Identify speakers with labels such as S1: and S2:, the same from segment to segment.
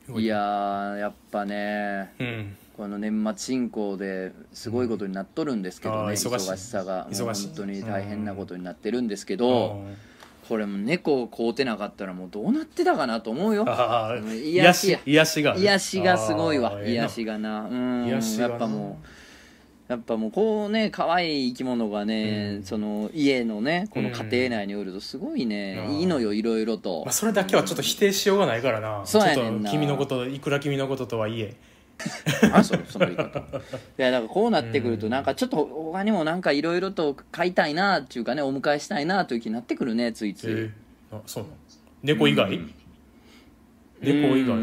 S1: いやーやっぱね、この年末進行ですごいことになっとるんですけどね、忙しさがもう本当に大変なことになってるんですけど、これも猫を飼うてなかったらもうどうなってたかなと思うよ。癒しがすごいわ。癒しがな、やっぱもうこうね可愛い生き物がね、その家のねこの家庭内におるとすごいね、いいのよいろいろと。
S2: それだけはちょっと否定しようがないからな。
S1: そうやねんな。
S2: 君のこといくら君のこととはいえ
S1: その言い方。いやだからこうなってくるとなんかちょっと他にもなんかいろいろと飼いたいなっていうかね、お迎えしたいなという気になってくるね、ついつい。
S2: そうなの？猫以外？猫以外？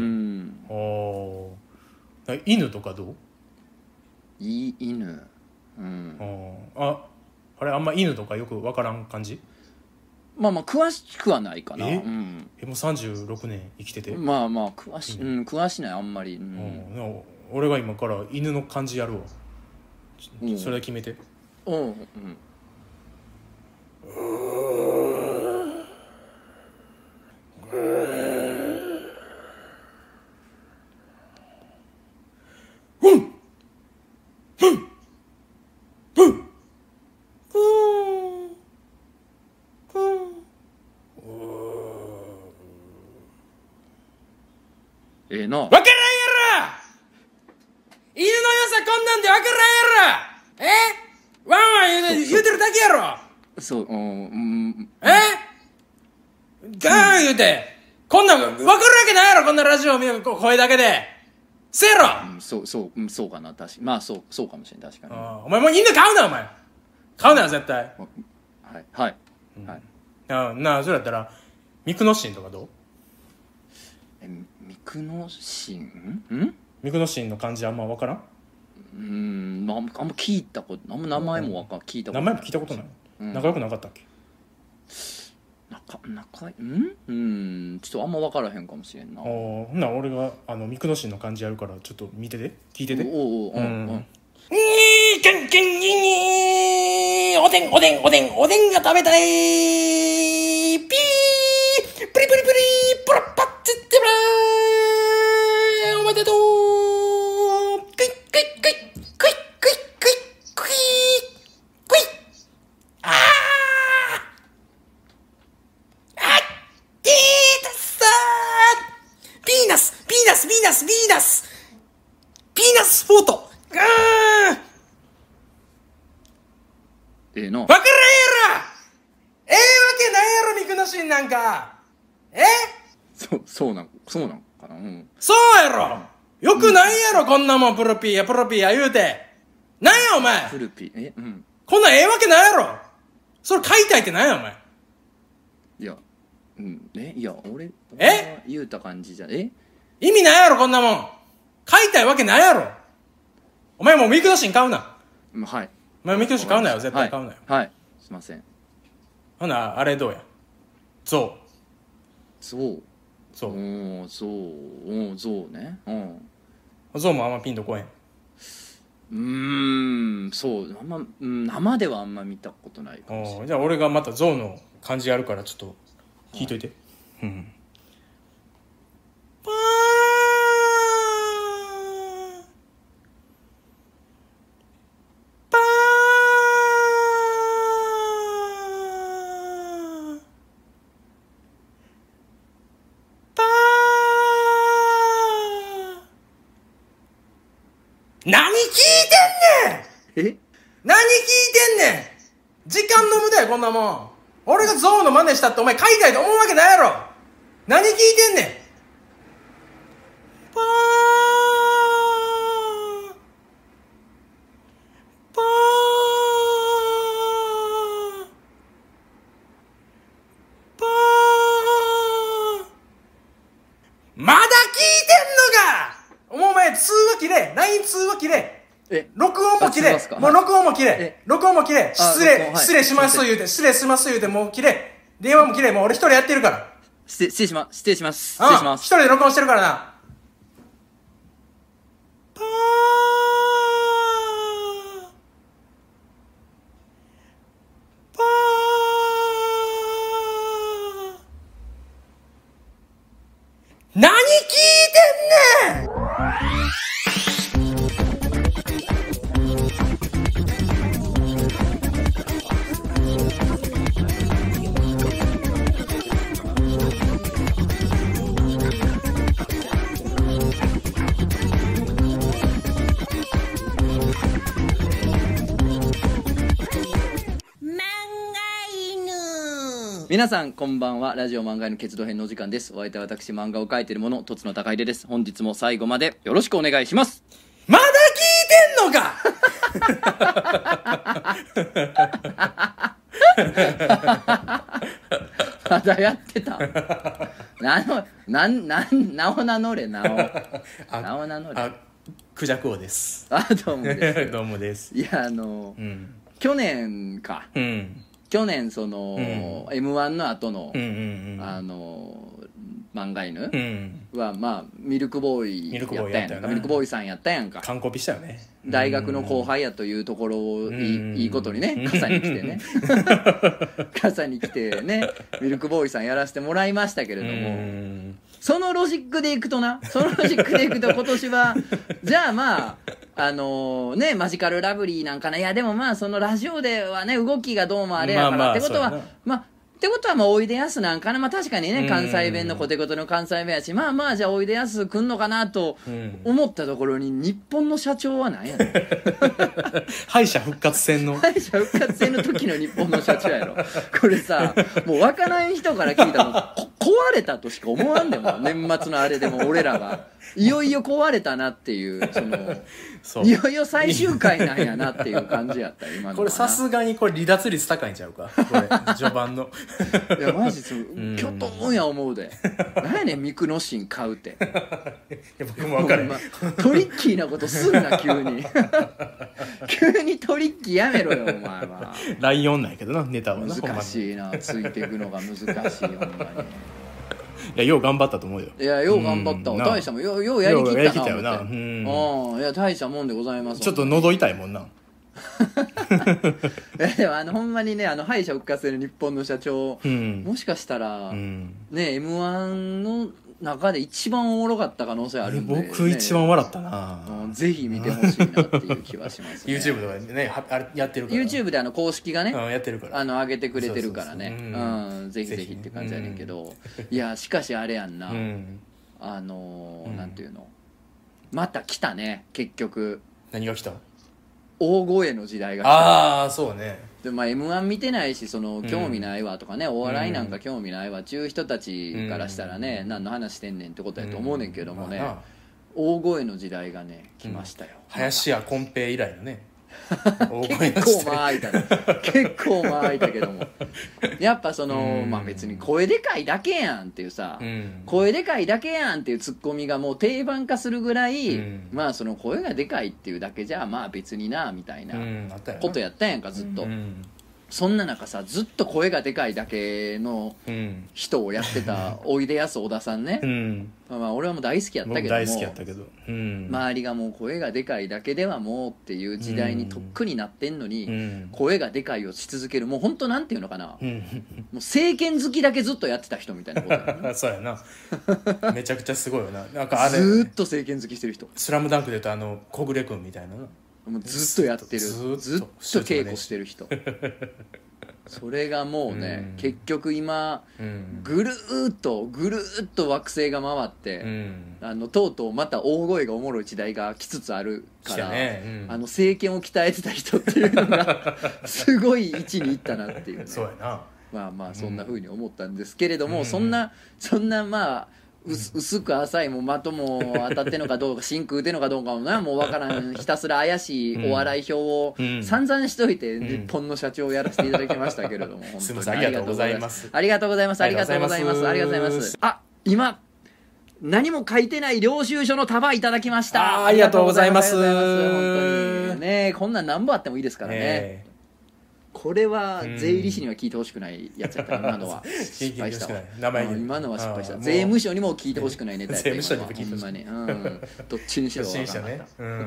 S2: 犬とかどう？
S1: 犬、
S2: あれあんま犬とかよく分からん感じ？
S1: まあ詳しくはないかな。
S2: もう36年生きてて
S1: まあ詳しないあんまり。
S2: 俺が今から犬の感じやるわ。それで決めて。
S1: ええな。
S2: わからんやろ。犬の良さこんなんでわからんやろ。ワンワン言うてるだけやろ。
S1: そう。
S2: ガー言うてこんなんわかるわけないやろ。こんなラジオ見る声だけでせやろ。
S1: そうかな。確かまあそうかもしれん。確かに。
S2: お前もう犬飼うな。お前飼うなよ絶対。
S1: はい
S2: なあそれやったらミクノシンとかどう？
S1: ミクノシン？
S2: ミクノシンの漢字あんま分からん？
S1: あんま聞いたことあんま名前も聞いたことない。
S2: 名前も聞いたことない。仲良くなかったっけ？
S1: 仲いい？ちょっとあんま分からへんかもしれんな。
S2: ほんなら俺がミクノシンの漢字やるからちょっと見てて聞いてて。ケンケンギーおでんが食べたいピープリプリプリプラッパッツッテブラーおめでとうクイックイックイックイックイックイックイックイッピーナスフォート
S1: な。
S2: わからんやろ。わけないやろミクノシンなんか。
S1: そうなんかな。
S2: そうやろ。よくないやろ、こんなもんプロピーや言うて。なんやお前。
S1: プルピ
S2: こんなんわけないやろ。それ買いたいってなんやお前。
S1: いや俺言うた感じじゃ意
S2: 味ないやろこんなもん。買いたいわけないやろ。お前もうミクノシン買うな。
S1: はい。
S2: お前ミクノシン買うなよ。絶対買うなよ。
S1: はいすいません。
S2: ほなあれどうや。ゾウね。
S1: ゾウ
S2: もあんまピンとこへ
S1: ん。そうあんま生ではあんま見たことないかもしれない。
S2: じゃあ俺がまたゾウの漢字やるからちょっと聞いといて。パーパーパー何聞いてんねん。何聞いてんねん。時間の無駄やこんなもん。俺がゾウの真似したってお前買いたいと思うわけないやろ。何聞いてんねん。パーパーパーまだ聞いてんのか。お前通話切れ。LINE 通話切れ。録音も切れ。もう録音も切れ。失礼します言うてもう切れ。電話も切れ。もう俺一人やってるから。
S1: 失礼します。
S2: 一人で録音してるからな。パ何聞いてんね
S1: 皆さんこんばんは。ラジオ漫画への決闘編のお時間です。お相手は私、漫画を描いている者とつの高出です。本日も最後までよろしくお願いします。
S2: まだ聞いてんのか
S1: まだやってた。名を名乗れ。名を名乗れ。
S2: クジャク王です。
S1: どうもです。
S2: どうもです。
S1: いや去年か、去年その、M1 の後の、漫画犬、はまあミルクボーイやったやんか。ミルクボーイさんやったやんか。
S2: 完コピしたよね。
S1: 大学の後輩やというところをいいことにね、傘に来てね傘に来てね、ミルクボーイさんやらせてもらいましたけれども、そのロジックでいくと今年はじゃあまあね、マジカルラブリーなんかな。いやでもまあそのラジオではね動きがどうもあれやから、ってことはってことはおいでやすなんかな。確かにね、関西弁のコテコテの関西弁やし、じゃあおいでやす来んのかなと思ったところに、日本の社長は何やねん
S2: 敗者復活戦の
S1: 敗者復活戦の時の日本の社長やろこれさ。もう分からん人から聞いたら壊れたとしか思わんでも、年末のあれでも俺らはいよいよ壊れたなっていう、いよいよ最終回なんやなっていう感じやった今の。
S2: これさすがにこれ離脱率高いんちゃうか、これ序盤の
S1: いやマジキョトンや思うで。何やねんミクノシン買うって
S2: 僕も分かる。
S1: トリッキーなことすんな急に急にトリッキーやめろよお前は。
S2: ライオンなんやけどな、ネタはな。
S1: 難しいな、ついていくのが難しいほんまに。
S2: いやよう頑張ったと思うよ。
S1: いやよう頑張ったわ。大したもんようやりきったな
S2: よな。
S1: いや大したもんでございます。
S2: ちょっと喉痛いもんな
S1: でもほんまにね、敗者復活戦の日本の社長、もしかしたらね M1 の中で一番おもろかった可能性あるんで、
S2: 僕一番笑ったな。
S1: ぜひ見てほしいなっていう気はしますね
S2: YouTube とかでねやってるから、
S1: YouTube で公式がね
S2: やってるから
S1: 上げてくれてるからね、ぜひぜひって感じやねんけど、いやしかしあれやんな、なんていうの、また来たね結局。
S2: 何が来た？
S1: 大声の時代が来た。
S2: ああそうね。
S1: でM1 見てないし興味ないわとかね、お笑いなんか興味ないわちゅう人たちからしたらね、何の話してんねんってことやと思うねんけどもね、大声の時代がね来ましたよ。
S2: 林家こん平以来のね
S1: 結構間空いたね結構間空いたけども、やっぱ別に声でかいだけやんっていうさ、声でかいだけやんっていうツッコミがもう定番化するぐらい、声がでかいっていうだけじゃ別になみたいなことやったやんかずっと。そんな中さ、ずっと声がでかいだけの人をやってたおいでやす小田さんね、俺はもう大好きやったけども、
S2: 大好きやったけど、
S1: 周りがもう声がでかいだけではもうっていう時代にとっくになってんのに、声がでかいをし続ける、もう本当なんていうのかな、もう政権好きだけずっとやってた人みたいなことやな
S2: そうやなめちゃくちゃすごいよな。なんかあれ
S1: ずっと政権好きしてる人、
S2: スラムダンクで言うと小暮君みたいなな、
S1: もうずっとやってる、ずっと稽古してる人それがもうね、結局今、ぐるーっと惑星が回って、とうとうまた大声がおもろい時代が来つつあるから、政権を鍛えてた人っていうのがすごい位置にいったなっていうね
S2: そうやな。
S1: そんな風に思ったんですけれども、そんな薄く浅いも的も当たってんのかどうか真空でのかどうかもなもう分からん、ひたすら怪しいお笑い表を散々しといて日本の社長をやらせていただきましたけれども、
S2: すみません、ありがとうございます。
S1: ありがとうございます。ありがとうございます。ありがとうございます。今何も書いてない領収書の束いただきました。
S2: ありがとうございます。
S1: 本当にね、こんなん何本あってもいいですからね。これは税理士には聞いてほしくないやつやった今のは失敗したわ。今のは失敗した。税務署にも聞いてほしくないネタやった。
S2: 税務署にも聞いてほしくない。
S1: どっちにしろ分からなかった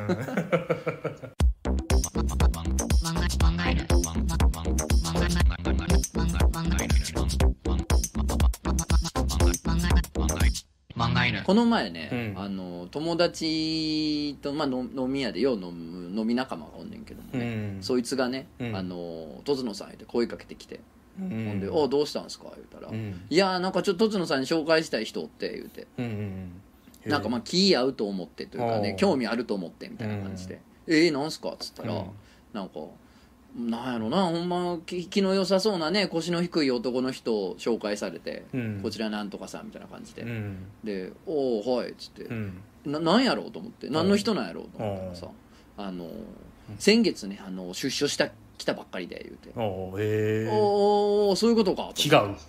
S1: 。この前ね、友達と、飲み屋でよう飲み仲間がおんねんけどもね、そいつがね、とつのさんで声かけてきて、ほんで「どうしたんすか?」言うたら「いやなんかちょっととつのさんに紹介したい人おって」言うて、なんか気合うと思ってというかね、興味あると思ってみたいな感じで「なんすか?」っつったら、なんかなんやろな、ほんま気の良さそうなね腰の低い男の人を紹介されて、こちらなんとかさんみたいな感じで、で「おおはい」っつって、なんやろうと思って、何の人なんやろうと思ったらさ、先月ね出所来たばっかりで言うて「おおそういうことか」
S2: 違う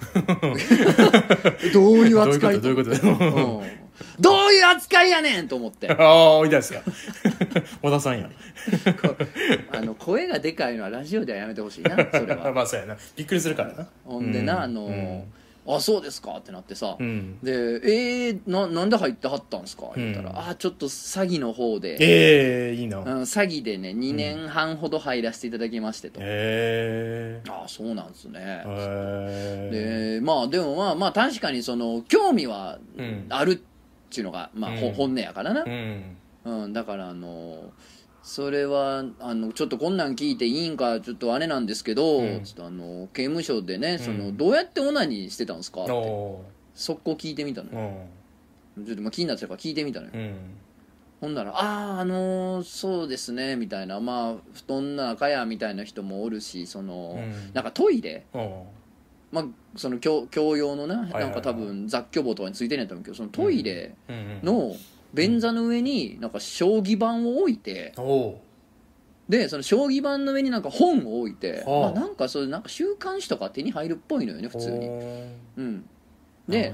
S1: どういう扱い
S2: どういうこと
S1: どういう扱いやねんと思って。
S2: ああ置いたんですか小田さんや
S1: 声がでかいのはラジオではやめてほしいな、それは
S2: まあそうやな、びっくりするからな。
S1: ほんでな、あそうですかってなってさ、でなんで入ってはったんすかって言ったら、ちょっと詐欺の方で
S2: いいな、
S1: 詐欺でね2年半ほど入らせていただきましてと、あそうなんですね、でまあでもまあ確かにその興味はあるっていうのがまあ本音やからな、だからそれはちょっとこんなん聞いていいんかちょっとあれなんですけど、ちょっと刑務所でね、どうやってオナニーしてたんですかって速攻聞いてみたのよ、ちょっと気になってたから聞いてみたのよ、ほんならそうですねみたいな、まあ布団の中やみたいな人もおるし、なんかトイレ、まあその共用のなんか多分雑居房とかについてんやと思うけど、そのトイレの便座の上になんか将棋盤を置いて、でその将棋盤の上になんか本を置いて、なんかそれなんか週刊誌とか手に入るっぽいのよね普通に。で、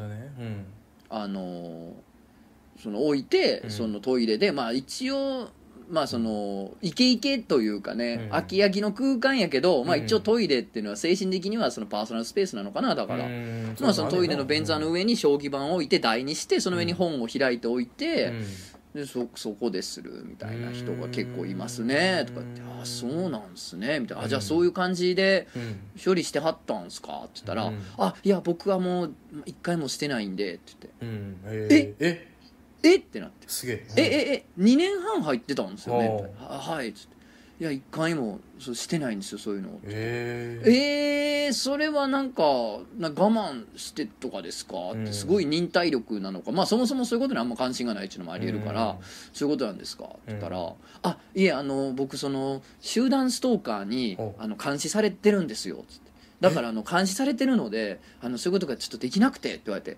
S1: その置いて、そのトイレでまあ一応まあそのイケイケというかね、空き家の空間やけど、まあ一応トイレっていうのは精神的にはそのパーソナルスペースなのかな、だからまあそのトイレの便座の上に将棋盤を置いて台にして、その上に本を開いておいて、でそこでするみたいな人が結構いますねとか言って、あそうなんすねみたいな、じゃあそういう感じで処理してはったんすかって言ったら、いや僕はもう一回もしてないんでって言って、えってなって、
S2: すげえ、
S1: 2年半入ってたんですよね、はいっつって、いや1回もしてないんですよそういうの、それはなんか我慢してとかですかって、すごい忍耐力なのか、まあそもそもそういうことにあんま関心がないっていうのもありえるから、そういうことなんですかって言ったら、いえ僕その集団ストーカーに監視されてるんですよっつって、だから監視されてるのでそういうことがちょっとできなくてって言われて、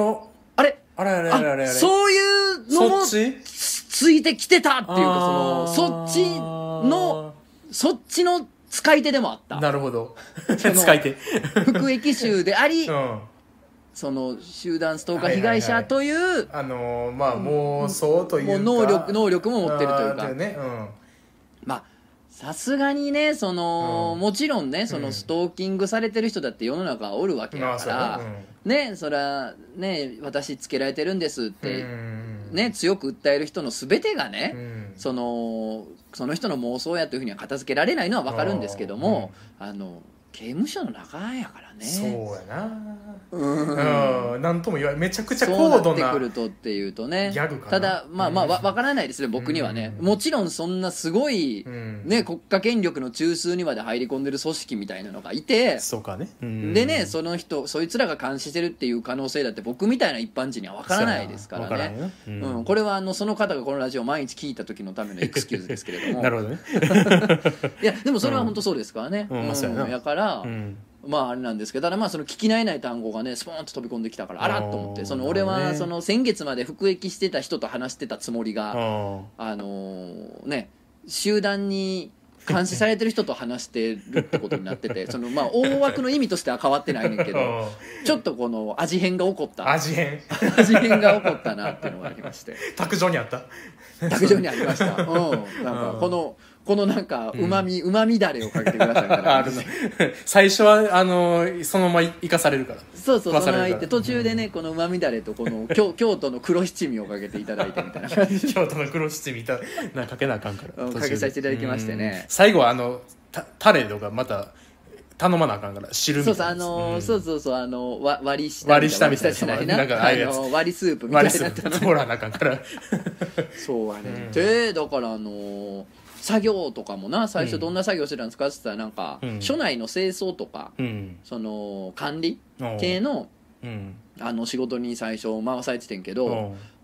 S1: そういうのもついてきてたっていうか、そっちの使い手でもあった。
S2: なるほど使い手
S1: 服役囚であり、その集団ストーカー被害者という
S2: まあ妄想というか
S1: 能力も持ってるというか、まあさすがにねもちろんね、そのストーキングされてる人だって世の中おるわけやから、ね、そりゃね私つけられてるんですってね強く訴える人の全てがね、その人の妄想やというふうには片付けられないのは分かるんですけども、刑務所の中やからね。
S2: そうやな、なんとも言わない、めちゃくちゃ高度な
S1: そうなってくるとっていうとね、
S2: ギャグかな。
S1: ただまあ分からないですね僕にはね、もちろんそんなすごい、ね、国家権力の中枢にまで入り込んでる組織みたいなのがいて、
S2: そうかね、
S1: でねそいつらが監視してるっていう可能性だって僕みたいな一般人には分からないですからね、これはその方がこのラジオを毎日聞いた時のためのエクスキューズですけれども
S2: なるほどね
S1: いやでもそれは本当そうですからね、やから、まああれなんですけど、ただまあその聞き慣れない単語がねスポーンと飛び込んできたから、あらっと思って、俺はその先月まで服役してた人と話してたつもりがね集団に監視されてる人と話してるってことになっててまあ大枠の意味としては変わってないねんけどちょっとこの味変が起こった
S2: 味変
S1: が起こったなっていうのがありまして、
S2: 卓上にあった
S1: 卓上にありましたなんかこのなんかうまみだれをかけてくださいから
S2: 最初はそのまま生かされるから、
S1: そうそのままいって途中でねこのうまみだれとこの京都の黒七味をかけていただいてみたいな感じで
S2: 京都の黒七味かけなあかんから
S1: かけさせていただきましてね、
S2: 最後はタレとかまた頼まなあかんから汁みたいな、
S1: 割り下みたいな
S2: なんかああいうやつ
S1: 割りスープみたいな
S2: 取らなあかんから
S1: そうやね、でだから作業とかもな最初どんな作業してたんですかって言ったらなんか、署内の清掃とか、その管理系の仕事に最初回されててんけど、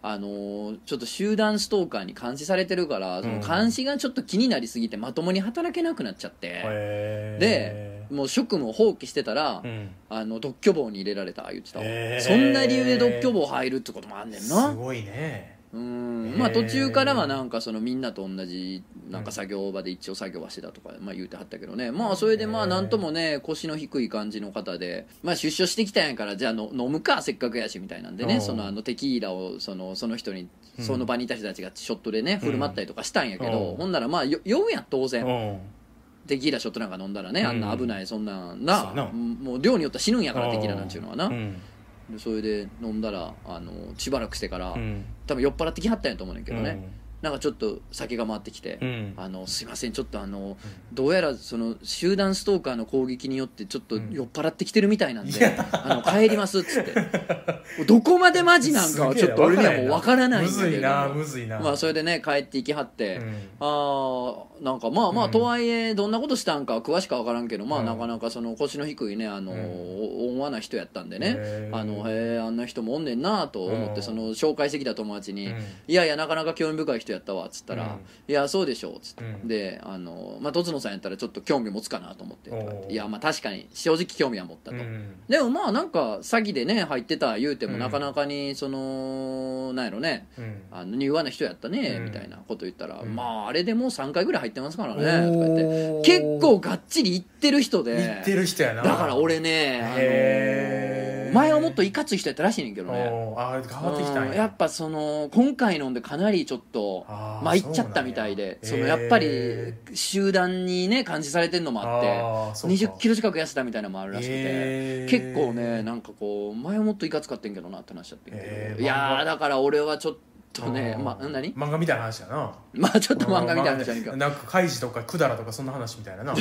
S1: ちょっと集団ストーカーに監視されてるから、その監視がちょっと気になりすぎてまともに働けなくなっちゃって、でもう職務を放棄してたら、独居房に入れられた言ってたわ、そんな理由で独居房入るってこともあんねんな。
S2: すごいね。
S1: まあ途中からはなんかそのみんなと同じなんか作業場で一応作業はしてたとかまあ言うてはったけどね、まあそれでまあなんともね腰の低い感じの方で、まあ出所してきたんやからじゃあ飲むかせっかくやしみたいなんでね、そのテキーラをその人にその場にいた人たちがショットでね振る舞ったりとかしたんやけど、ほんならまあ酔うやん当然。テキーラショットなんか飲んだらね、あんな危ないそんなんな、もう量によっては死ぬんやからテキーラなんちゅうのはな。でそれで飲んだらしばらくしてから、多分酔っ払ってきはったんやと思うねんけどね、なんかちょっと酒が回ってきて、すいませんちょっとどうやらその集団ストーカーの攻撃によってちょっと酔っ払ってきてるみたいなんで、帰りますっつってどこまでマジなんかはちょっと俺にはもう分からないんだけど、
S2: むずいな。
S1: まあそれでね帰っていきはって、なんかまあとはいえどんなことしたんか詳しくは分からんけど、まあなかなかその腰の低いね温和な人やったんでね、へえあんな人もおんねんなと思って、その紹介してきた友達にいやいやなかなか興味深い人やったわっつったら、いやそうでしょうっつって、でまあとつのさんやったらちょっと興味持つかなと思って、いやまあ確かに正直興味は持ったと、でもまあなんか詐欺でね入ってた言うてもなかなかにそのなんやろね、柔和な人やったねみたいなこと言ったら、まああれでもう3回ぐらい入ってますからねとか言って、結構がっちり行ってる人で、
S2: 行ってる人やな。
S1: だから俺ね前はもっといかつい人やったらしいねんけどね、
S2: 変わってきたんや。
S1: やっぱその今回飲んでかなりちょっと参っちゃったみたいで、そのやっぱり集団にね監視されてんのもあって20キロ近く痩せたみたいなのもあるらしくて、結構ねなんかこう前はもっといかつかってんけどなって話しちゃってんけど、いやだから俺はちょっとね何
S2: 漫画みたいな話やな。
S1: まあちょっと漫画みたいな話やねんけど、
S2: なんかカイジとかクダラとかそんな話みたいなな。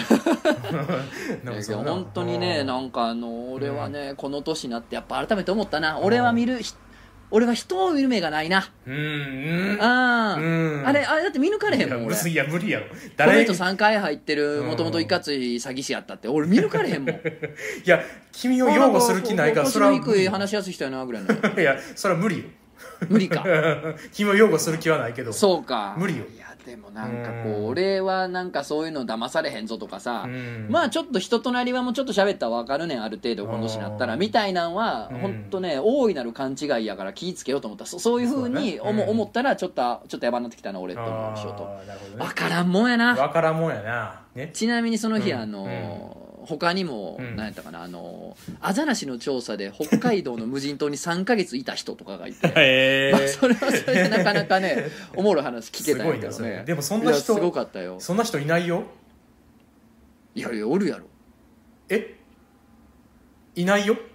S1: 本当にねなんか俺はねこの年になってやっぱ改めて思ったな、俺は人を見る目がないな。あれだって見抜かれへんもん俺。
S2: いや無理やろ。
S1: この人3回入ってるもともといかつい詐欺師やったって俺見抜かれへんもん。い
S2: や君を擁護する気ないから
S1: それは低い話しやすい人やなぐらいの。
S2: いやそれは無理よ。
S1: 無理か。
S2: 君を擁護する気はないけど。
S1: そうか。
S2: 無理よ。
S1: いやでもなんかこう俺はなんかそういうの騙されへんぞとかさ、まあちょっと人となりはもうちょっと喋ったら分かるねんある程度この年になったらみたいなんは本当ね大いなる勘違いやから気ぃつけようと思ったらそういう風に思ったらちょっとやばなってきたな俺と思うしようと。分からんもんやな。
S2: 分からんもんやな。
S1: ちなみにその日他にも何やったかなアザラシの調査で北海道の無人島に3ヶ月いた人とかがいてまあそれはそれでなかなかねおもろい話聞けたんやけどね。
S2: でもそんな人
S1: すごかったよ。
S2: そんな人いないよ。
S1: いやいやおるやろ。
S2: いないよ。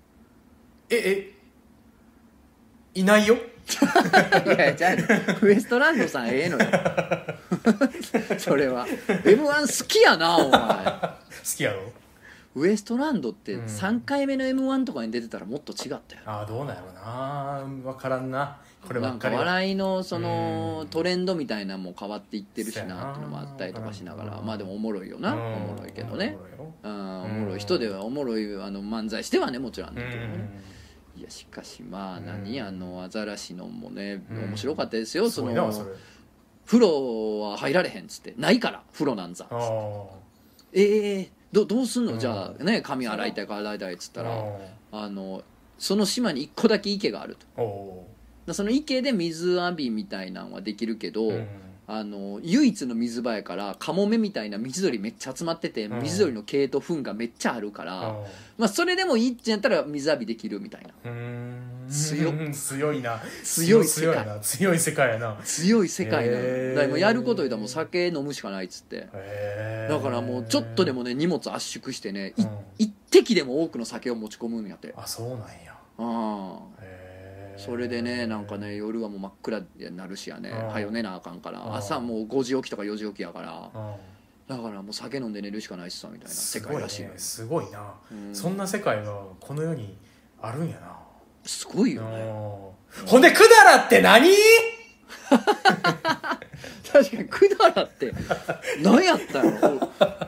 S2: いないよ。
S1: いやじゃあウエストランドさんええのよそれは M1 好きやなお前。好
S2: きやろ。
S1: ウエストランドって3回目の M1 とかに出てたらもっと違ったよ。
S2: どうなんやろな。分からんなこればっかり
S1: は。なんか笑いのそのトレンドみたいなのも変わっていってるしなっていうのもあったりとかしながら、まあでもおもろいよな。おもろいけどね。おもろい人ではおもろい漫才師ではねもちろんあんだけどね。いやしかしまあアザラシのもね面白かったですよ。その風呂は入られへんっつってないから風呂なんざどうすんのじゃあね髪洗いたいから洗いたいっつったらその島に1個だけ池があると。その池で水浴びみたいなんはできるけど唯一の水場やからカモメみたいな水鳥めっちゃ集まってて水鳥の毛と糞がめっちゃあるからまあそれでもいいってやったら水浴びできるみたいな。
S2: 強いな。
S1: 強い世界
S2: な。強い世界やな。
S1: 強い世界なの。だからやること言ったらもう酒飲むしかないっつって。だからもうちょっとでもね荷物圧縮してね一滴でも多くの酒を持ち込むんやって。
S2: そうなんや。
S1: それでねなんかね夜はもう真っ暗になるしやねはよ寝なあかんから朝もう5時起きとか4時起きやからだからもう酒飲んで寝るしかないっすわみたいな世界らしい。
S2: すごいな。そんな世界がこの世にあるんやな。
S1: すごいよね。
S2: ほんでくだらって何
S1: 確かにくだらって何やったの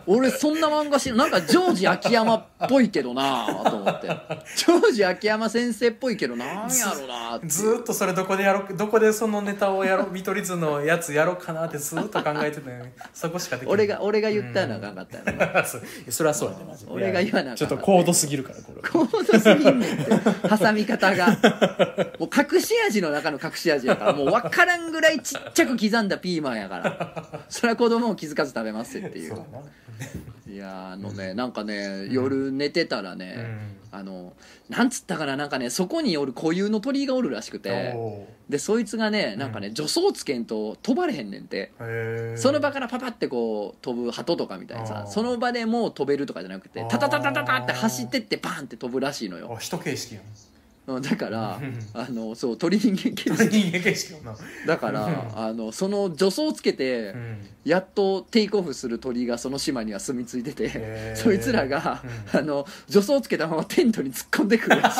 S1: 俺そんな漫画なんかジョージ秋山っぽいけどなと思ってジョージ秋山先生っぽいけどなんやろなって。
S3: ずっとそれどこでそのネタをやろう、見取り図のやつやろうかなってずっと考えてたよね。そこしかできない。
S1: 俺が言ったのがなかったよな
S3: それはそうやね、マジで。
S1: 俺が言わなかった。
S3: ちょっと高度すぎるから、これ
S1: 高度すぎんねんって挟み方がもう隠し味の中の隠し味やから、もう分からんぐらいちっちゃく刻んだピーマンやから、それは子供も気づかず食べますっていう。いやなんかね、夜寝てたらね、なんつったかな、なんかね、そこにおる固有の鳥がおるらしくて、でそいつがね、なんかね、助走つけんと飛ばれへんねんて。その場からパパってこう飛ぶ鳩とかみたいにさ、その場でもう飛べるとかじゃなくて、タタタタタタって走ってってバーンって飛ぶらしいのよ。
S3: 人形式やん。
S1: だからそう鳥人間形式だからその助走をつけて、やっとテイクオフする鳥がその島には住み着いてて、そいつらが、助走をつけたままテントに突っ込んでくるらしい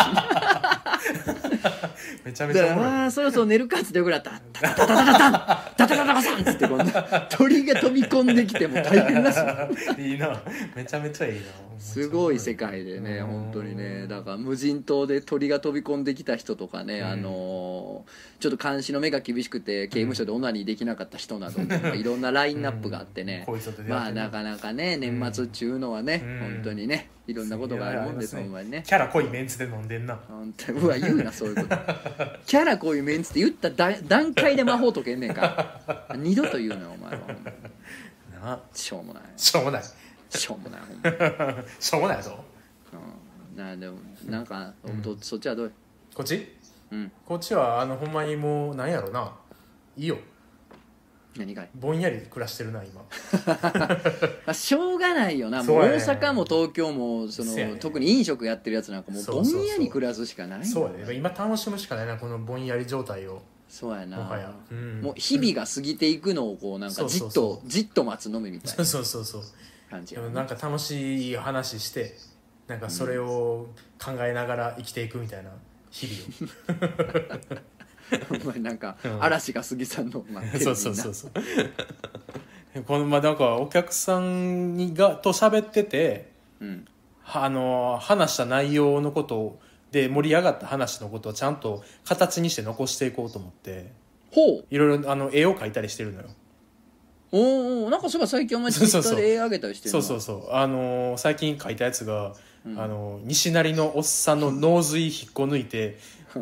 S3: めちゃめちゃおもろい。
S1: ああそろそろ寝るかっつってよくなったタタタタタタタンタタタタタタンっつってこんな鳥が飛び込んできても大変らし
S3: い。いいな、めちゃめちゃいいな。
S1: すごい世界でね、本当にね。だから無人島で鳥が飛び込んできた人とかね、ちょっと監視の目が厳しくて刑務所でオナニーできなかった人など、いろんなラインナップがあってね、まあなかなかね、年末っちゅうのはね、本当にね、いろんなことがあるもんです、ほんまにね。
S3: キャラ濃いメンツで飲んでんな。
S1: うわ、言うなそういうことキャラ濃いメンツって言った段階で魔法解けんねんか二度と言うなお前は。しょうもない、
S3: しょうもない
S1: しょうもないほんま
S3: しょうもないぞ。
S1: でもなんか、そっちはどう？
S3: こっち？こっちはほんまにもうなんやろな、いいよ。
S1: 何かい？
S3: ぼんやり暮らしてるな
S1: 今しょうがないよな。もう大阪も東京も特に飲食やってるやつなんかもうぼんやり暮らすしかない。
S3: そうやね、今楽しむしかないな、このぼんやり状態を。
S1: そうやな、
S3: もはや、
S1: もう日々が過ぎていくのをこうなんかじっと待つのみみたいな感じや、
S3: でもなんか楽しい話してなんかそれを考えながら生きていくみたいな日々を
S1: お前なんか嵐が杉さんの待ってるみんな。
S3: そうこのなんかお客さんと喋ってて、話した内容のことで盛り上がった話のことをちゃんと形にして残していこうと思って、いろいろ絵を描いたりしてるのよ。
S1: おお、なんかそういえば最近お前ツイッターで絵上げたりしてるの。
S3: そう最近描いたやつが、西成のおっさんの脳髄引っこ抜いて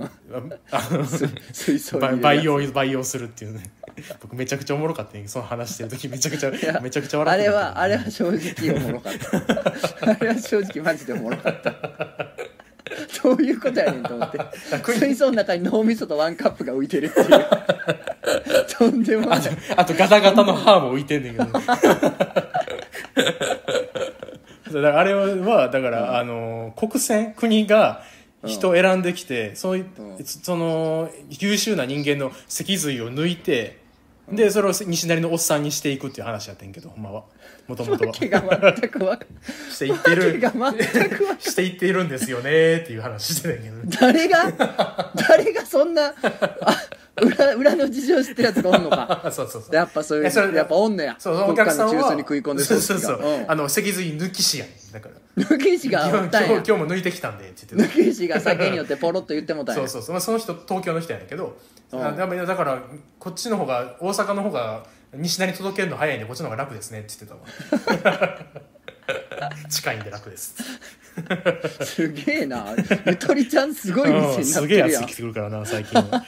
S3: 培養するっていうね。僕めちゃくちゃおもろかったね、その話してる時めちゃくちゃ笑ってた。
S1: あれは正直おもろかったあれは正直マジでおもろかったどういうことやねんと思って水槽の中に脳みそとワンカップが浮いてるっていうとんでもない。
S3: あとガタガタの歯も浮いてんねんけどだからあれはだから、国が人選んできて、その優秀な人間の脊髄を抜いて、でそれを西成のおっさんにしていくっていう話やってんけど、ほんまはもともとは
S1: 訳が全く分かん
S3: していってるしていっているんですよねっていう話してたんやけど、
S1: 誰がそんな裏の事情知ってるやつがおんのかそうやっぱそういうやっぱおんのや。
S3: お客さんは
S1: 中枢に食い込んで
S3: そう脊髄抜き師やねん。だから
S1: 抜き師がおったんや。
S3: 今日も抜いてきたんでって言って
S1: 抜き師が酒によってポロッと言ってもたんや。
S3: その人東京の人やねんけど、だからこっちの方が大阪の方が西成に届けるの早いんでこっちの方が楽ですねって言ってたわ近いんで楽です
S1: すげえな、ゆとりちゃんすごい店になってるやん。
S3: すげえやつ来てくるからな最近は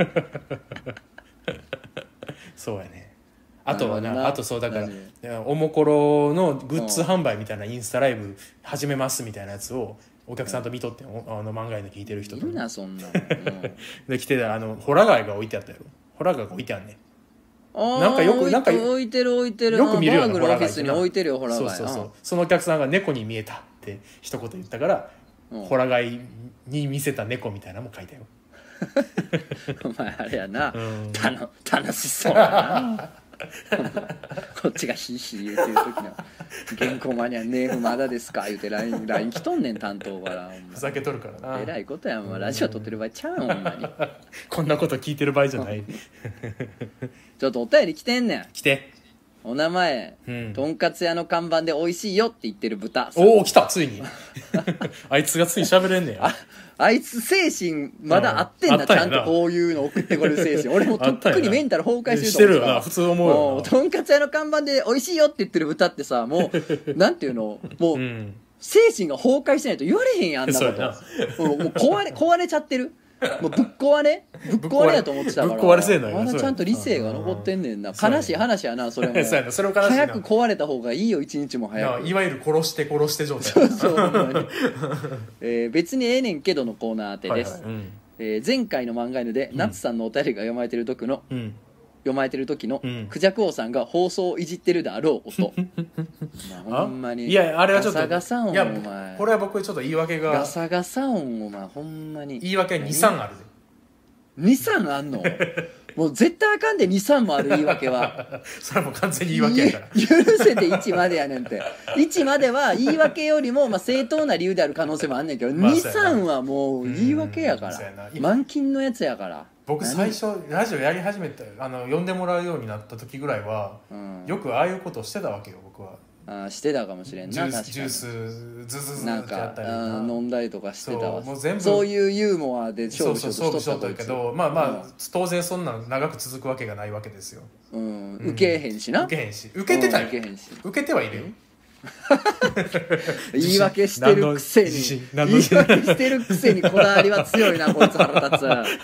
S3: そうやね。あとはな、あとそうだからおもころのグッズ販売みたいなインスタライブ始めますみたいなやつをお客さんと見とって漫画の聞いてる人と
S1: いるなそんな
S3: で来てたホラ貝が置いてあったよ。ホラ貝が置いてあんねん。
S1: なんか置いてる
S3: よく見るよ
S1: ね。バーグのオフィスに置いてるよホラ貝。
S3: そのお客さんが猫に見えたって一言言ったから、ホラ貝に見せた猫みたいなのも書いたよ
S1: お前あれやな、楽しそうだなこっちがヒーヒー言うてる時の原稿マニアネームまだですか言うて LINE 来とんねん担当から
S3: ふざけとるからな。
S1: えらいことやん、ラジオ撮ってる場合ちゃうんほんまに
S3: こんなこと聞いてる場合じゃない
S1: ちょっとお便り来てんねん。
S3: 来て
S1: お名前、とんかつ屋の看板で美味しいよって言ってる豚。
S3: おお、来た、ついに。あいつがついに喋れんねや。
S1: あいつ精神まだあってんな、ちゃんとこういうの送ってこれる精神。俺もとっくにメンタル崩壊してると思う。
S3: してるよな、普通思うよな。
S1: とんかつ屋の看板で美味しいよって言ってる豚ってさ、もう、なんていうの、もう、精神が崩壊してないと言われへんやん、あんなこと。もう壊れちゃってる。もうぶっ壊れやと思ってたから。
S3: ぶっ壊れせえない
S1: まだちゃんと理性が残ってんねんな。悲しい話やな、それも。早く壊れた方がいいよ、一日も早く。
S3: いわゆる殺して状態。
S1: そう別にええねんけどのコーナー当てです。前回の漫画犬で夏さんのお便りが読まれてる時のクジャク王さんが放送をいじってるであろう音。ほんまに。
S3: いや、あれはちょっと。
S1: ガサガサ音、お前。
S3: これは僕ちょっと言い訳が。
S1: ガサガサ音、お前、ほんまに。
S3: 言い訳は2、3ある
S1: で。2、3あんのもう絶対あかんで、2、3もある言い訳は。
S3: それはもう完全に言い訳やから。
S1: 許せて1までやねんて。1までは言い訳よりも正当な理由である可能性もあんねんけど、2、3はもう言い訳やから。満勤のやつやから。
S3: 僕最初ラジオやり始めて呼んでもらうようになった時ぐらいは、よくああいうことをしてたわけよ、僕は。
S1: してたかもしれんな。
S3: ジュースズズズ
S1: なん
S3: ってやったり
S1: 飲んだりとかしてたわ。
S3: もう全部
S1: そういうユーモアで勝負しようとしとった
S3: けど、まあ当然そんな長く続くわけがないわけですよ。
S1: 受けへんしな。
S3: 受けてたよ。受けてはいるよ。
S1: 言い訳してるくせにこだわりは強いな、こいつ腹立つ。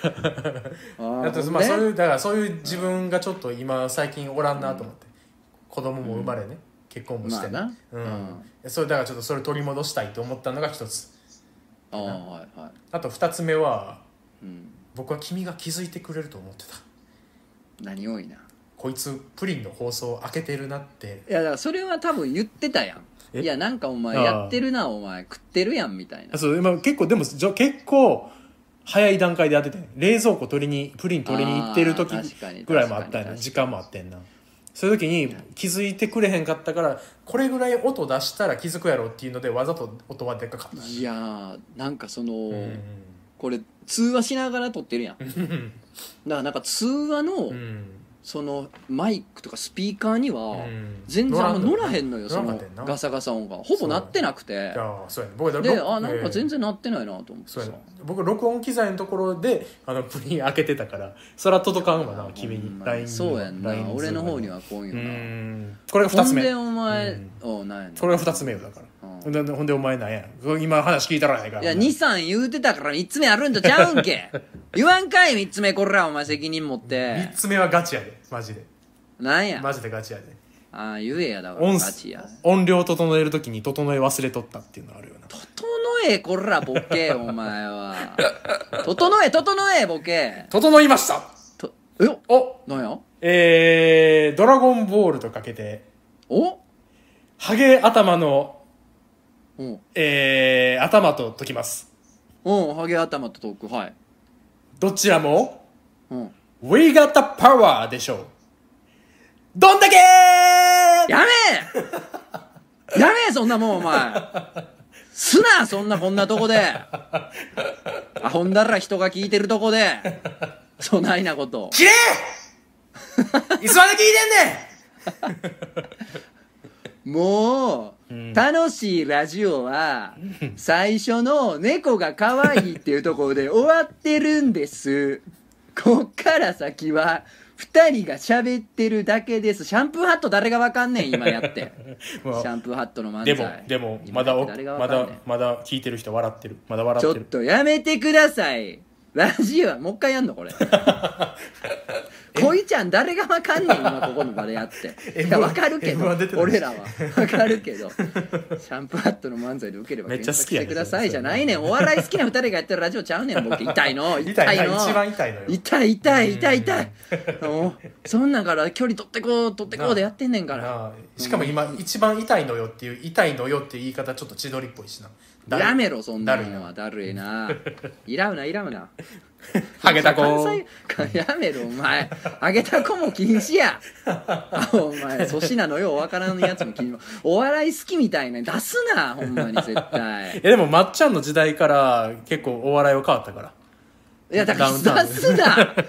S3: そういう自分がちょっと今最近おらんなと思って、子供も生まれね、結婚もして、それだからちょっとそれ取り戻したいと思ったのが一つ。あと二つ目は、僕は君が気づいてくれると思ってた。
S1: 何多いな。
S3: こいつプリンの放送開けてるなって。
S1: いやだからそれは多分言ってたやん。いやなんかお前やってるな、お前食ってるやんみたいな。
S3: そう結構でも結構早い段階でやってて、冷蔵庫プリン取りに行ってる時ぐらいもあったんやな。時間もあってんな。そういう時に気づいてくれへんかったから、これぐらい音出したら気づくやろっていうのでわざと音はでっかかった。
S1: いやなんかその、これ通話しながら撮ってるやん。だからなんか通話の、そのマイクとかスピーカーには全然乗らへんのよ、そのガサガサ音がほぼ鳴ってなくて、でなんか全然鳴ってないなと思ってさ、
S3: 僕録音機材のところでプリン開けてたから、そら届かんわな、君に LINE に。
S1: そうやんな、俺の方にはこういうのな。
S3: これが2つ目。
S1: ほんでお前なんやねん、
S3: それが2つ目よ。だからほんでお前なんや、今話聞いたらないから。
S1: いや 2,3 言うてたから3つ目あるんとちゃうんけ。言わんかい3つ目。これらお前責任持って。
S3: 3つ目はガチやで、マジで。
S1: なんや
S3: マジでガチやで。
S1: 言えや、だからガチや。
S3: 音量整えるときに整え忘れとったっていうのあるよな。
S1: 整えこらボケお前は。整えボケ。
S3: 整いました。
S1: なんや。
S3: ドラゴンボールとかけて、ハゲ頭の頭と解きます。
S1: ハゲ頭と解く。はい。
S3: どちらもWe got the power でしょう。どんだけ
S1: やめそんなもんお前。すなそんなこんなとこで。ほんだら人が聞いてるとこでそないなこと。
S3: きれいつまで聞いてんね
S1: ん。もう、楽しいラジオは最初の猫が可愛いっていうところで終わってるんです。こっから先は2人が喋ってるだけです。シャンプーハット誰がわかんねん今やって。シャンプーハットの漫才。
S3: でもまだ聞いてる人笑ってる。まだ笑ってる。
S1: ちょっとやめてください。ラジオはもう一回やんのこれ。恋ちゃん誰がわかんねん今ここの場でやって。いやわかるけど、俺らはわかるけど、シャンプーハットの漫才で受ければ検索してくださいじゃないねん。お笑い好きな2人がやってるラジオちゃうねん。僕痛いの
S3: 一番痛いのよ。
S1: 痛い。そんなんから距離取ってこうでやってんねんから。
S3: しかも今一番痛いのよっていう言い方ちょっと千鳥っぽいしな。
S1: やめろそんなのは。だるいな。いらうな。
S3: ハゲタコ
S1: やめろお前。ハゲタコも禁止や。お前粗品のようわからんやつも禁止。お笑い好きみたいな出すなほんまに絶対。
S3: でもまっちゃんの時代から結構お笑いは変わったから。
S1: いやだから出すな。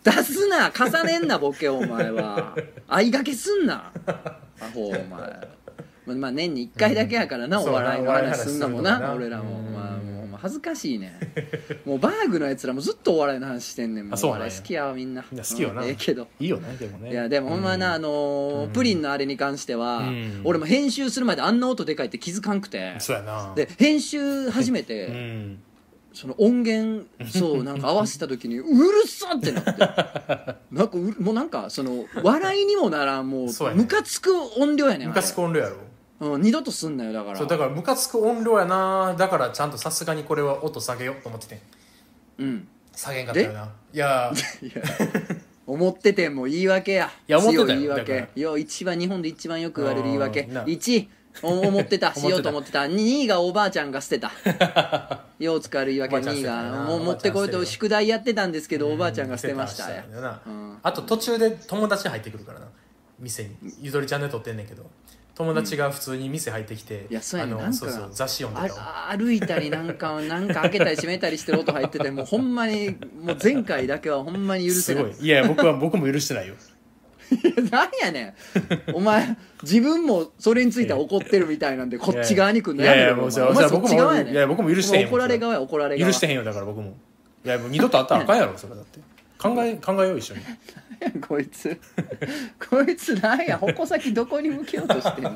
S1: 出すな、重ねんなボケをお前は。相掛けすんなアホお前。まあ年に1回だけやからな、お笑いの話すんのもな、俺らも。まあもう恥ずかしいね。もうバーグのやつらもずっとお笑いの話してんねん。もうお笑い好きやわみんな。
S3: 好きよな。
S1: けど
S3: いいよねでもね。
S1: いやでもほんまな、プリンのあれに関しては、俺も編集するまであんな音でかいって気づかんくて。
S3: そうやな。
S1: で編集始めて、その音源そうなんか合わせた時にうるさってなってなんかもうなんかその笑いにもならん、もうムカつく音量やねん。
S3: ムカつく音量やろ。
S1: 二度とすんなよ。だから
S3: そうだからムカつく音量やな。だからちゃんとさすがにこれは音下げようと思ってて、下げんかったよな。いや
S1: 思ってても言い訳や。
S3: いや思ってたよ。
S1: 言い訳よ。一番日本で一番よく言われる言い訳。1思ってたしようと思ってた。2位がおばあちゃんが捨てたよう使える言い訳。2位がもう持ってこいと宿題やってたんですけどおばあちゃんが捨てました。
S3: あと途中で友達入ってくるからな、店に。ゆとりちゃんで撮ってんねんけど、友達が普通に店入ってきて、そう雑誌読んでた。
S1: 歩いたりなんか開けたり閉めたりしてる音入ってて、もうほんまにもう前回だけはほんまに許せない。
S3: すごい。いや僕も許してないよ。
S1: なんやねんお前。自分もそれについては怒ってるみたいなんでこっち側に来んのやめろ。お前そっち側やねん。
S3: いや僕も許してへんよ。
S1: 怒られ側や怒られ側。
S3: 許してへんよ。だから僕もいやもう二度とあったらあかんやろそれ。だって考えよう一緒に。
S1: こいつなんや矛先どこに向けようとしてんの。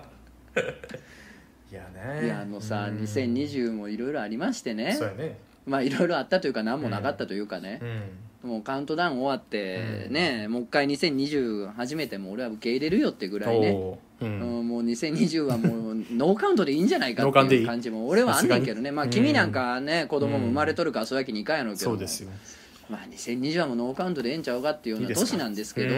S3: いやね。
S1: いやさ2020もいろいろありましてね。
S3: そうやね。
S1: まあいろいろあったというか何もなかったというかね、もうカウントダウン終わってね、もう一回2020始めても俺は受け入れるよってぐらいね、もう2020はもうノーカウントでいいんじゃないかっていう感じも俺はあんねんけどね。まあ君なんかね子供も生まれとるからそういうわけにいかんやろうけど、
S3: そうですよ。
S1: まあ2020はもうノーカウントでええんちゃうかっていうような年なんですけど、